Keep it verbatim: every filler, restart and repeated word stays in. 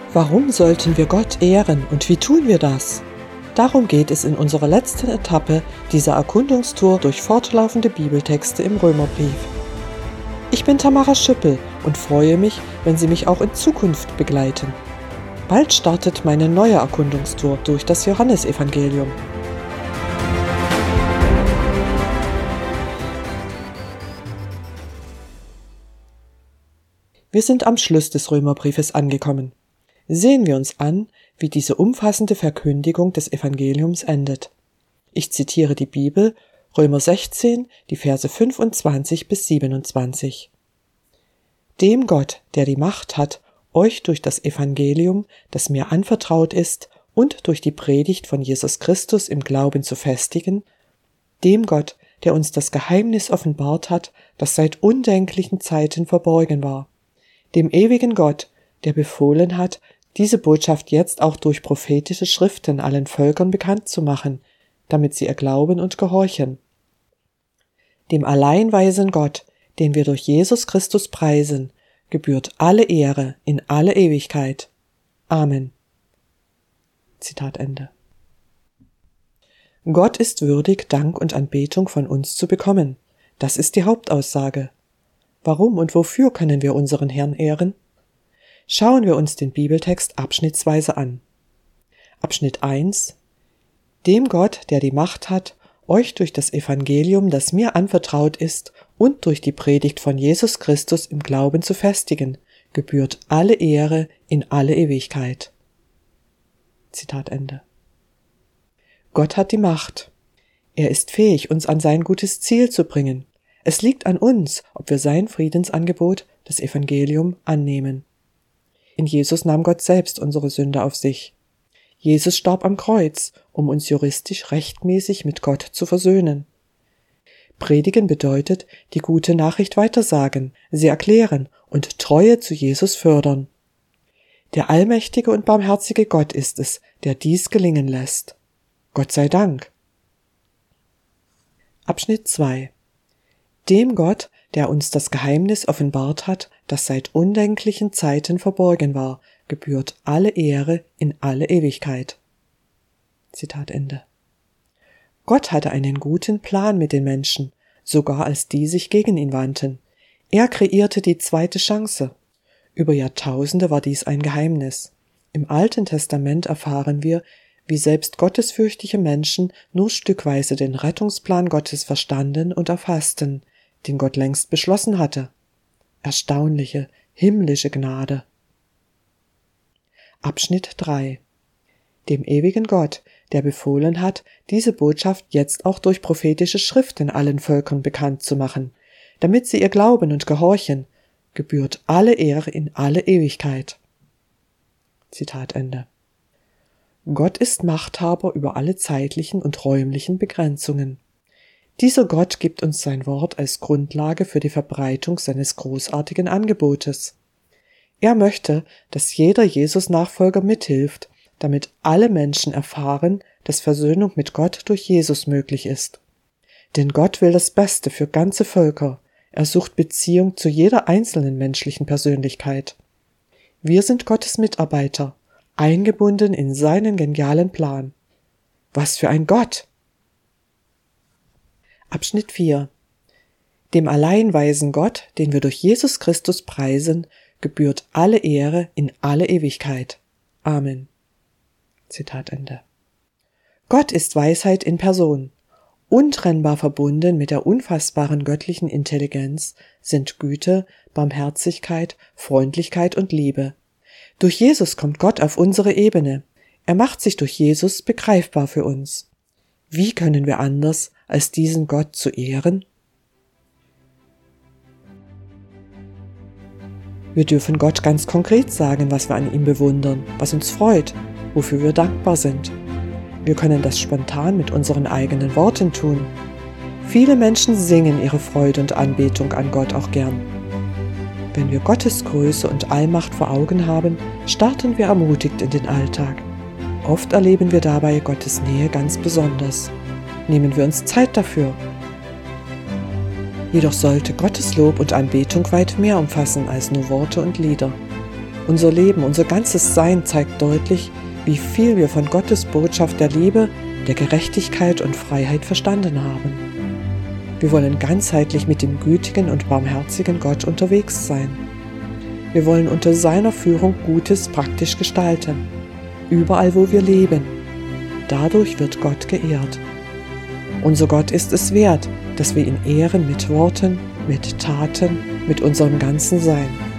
Warum sollten wir Gott ehren und wie tun wir das? Darum geht es in unserer letzten Etappe dieser Erkundungstour durch fortlaufende Bibeltexte im Römerbrief. Ich bin Tamara Schüppel und freue mich, wenn Sie mich auch in Zukunft begleiten. Bald startet meine neue Erkundungstour durch das Johannesevangelium. Wir sind am Schluss des Römerbriefes angekommen. Sehen wir uns an, wie diese umfassende Verkündigung des Evangeliums endet. Ich zitiere die Bibel, Römer sechzehn, die Verse fünfundzwanzig bis siebenundzwanzig. Dem Gott, der die Macht hat, euch durch das Evangelium, das mir anvertraut ist, und durch die Predigt von Jesus Christus im Glauben zu festigen, dem Gott, der uns das Geheimnis offenbart hat, das seit undenklichen Zeiten verborgen war, dem ewigen Gott, der befohlen hat, diese Botschaft jetzt auch durch prophetische Schriften allen Völkern bekannt zu machen, damit sie ihr glauben und gehorchen. Dem allein weisen Gott, den wir durch Jesus Christus preisen, gebührt alle Ehre in alle Ewigkeit. Amen. Zitat Ende. Gott ist würdig, Dank und Anbetung von uns zu bekommen. Das ist die Hauptaussage. Warum und wofür können wir unseren Herrn ehren? Schauen wir uns den Bibeltext abschnittsweise an. Abschnitt eins. Dem Gott, der die Macht hat, euch durch das Evangelium, das mir anvertraut ist, und durch die Predigt von Jesus Christus im Glauben zu festigen, gebührt alle Ehre in alle Ewigkeit. Zitat Ende. Gott hat die Macht. Er ist fähig, uns an sein gutes Ziel zu bringen. Es liegt an uns, ob wir sein Friedensangebot, das Evangelium, annehmen. In Jesus nahm Gott selbst unsere Sünde auf sich. Jesus starb am Kreuz, um uns juristisch rechtmäßig mit Gott zu versöhnen. Predigen bedeutet, die gute Nachricht weitersagen, sie erklären und Treue zu Jesus fördern. Der allmächtige und barmherzige Gott ist es, der dies gelingen lässt. Gott sei Dank. Abschnitt zwei. Dem Gott, der uns das Geheimnis offenbart hat, das seit undenklichen Zeiten verborgen war, gebührt alle Ehre in alle Ewigkeit. Zitat Ende. Gott hatte einen guten Plan mit den Menschen, sogar als die sich gegen ihn wandten. Er kreierte die zweite Chance. Über Jahrtausende war dies ein Geheimnis. Im Alten Testament erfahren wir, wie selbst gottesfürchtige Menschen nur stückweise den Rettungsplan Gottes verstanden und erfassten, den Gott längst beschlossen hatte. Erstaunliche, himmlische Gnade. Abschnitt drei. Dem ewigen Gott, der befohlen hat, diese Botschaft jetzt auch durch prophetische Schriften allen Völkern bekannt zu machen, damit sie ihr glauben und gehorchen, gebührt alle Ehre in alle Ewigkeit. Zitat Ende. Gott ist Machthaber über alle zeitlichen und räumlichen Begrenzungen. Dieser Gott gibt uns sein Wort als Grundlage für die Verbreitung seines großartigen Angebotes. Er möchte, dass jeder Jesus-Nachfolger mithilft, damit alle Menschen erfahren, dass Versöhnung mit Gott durch Jesus möglich ist. Denn Gott will das Beste für ganze Völker. Er sucht Beziehung zu jeder einzelnen menschlichen Persönlichkeit. Wir sind Gottes Mitarbeiter, eingebunden in seinen genialen Plan. Was für ein Gott! Abschnitt vier. Dem allein weisen Gott, den wir durch Jesus Christus preisen, gebührt alle Ehre in alle Ewigkeit. Amen. Zitat Ende. Gott ist Weisheit in Person. Untrennbar verbunden mit der unfassbaren göttlichen Intelligenz sind Güte, Barmherzigkeit, Freundlichkeit und Liebe. Durch Jesus kommt Gott auf unsere Ebene. Er macht sich durch Jesus begreifbar für uns. Wie können wir anders, als diesen Gott zu ehren? Wir dürfen Gott ganz konkret sagen, was wir an ihm bewundern, was uns freut, wofür wir dankbar sind. Wir können das spontan mit unseren eigenen Worten tun. Viele Menschen singen ihre Freude und Anbetung an Gott auch gern. Wenn wir Gottes Größe und Allmacht vor Augen haben, starten wir ermutigt in den Alltag. Oft erleben wir dabei Gottes Nähe ganz besonders. Nehmen wir uns Zeit dafür. Jedoch sollte Gottes Lob und Anbetung weit mehr umfassen als nur Worte und Lieder. Unser Leben, unser ganzes Sein zeigt deutlich, wie viel wir von Gottes Botschaft der Liebe, der Gerechtigkeit und Freiheit verstanden haben. Wir wollen ganzheitlich mit dem gütigen und barmherzigen Gott unterwegs sein. Wir wollen unter seiner Führung Gutes praktisch gestalten, überall wo wir leben. Dadurch wird Gott geehrt. Unser Gott ist es wert, dass wir ihn ehren mit Worten, mit Taten, mit unserem ganzen Sein.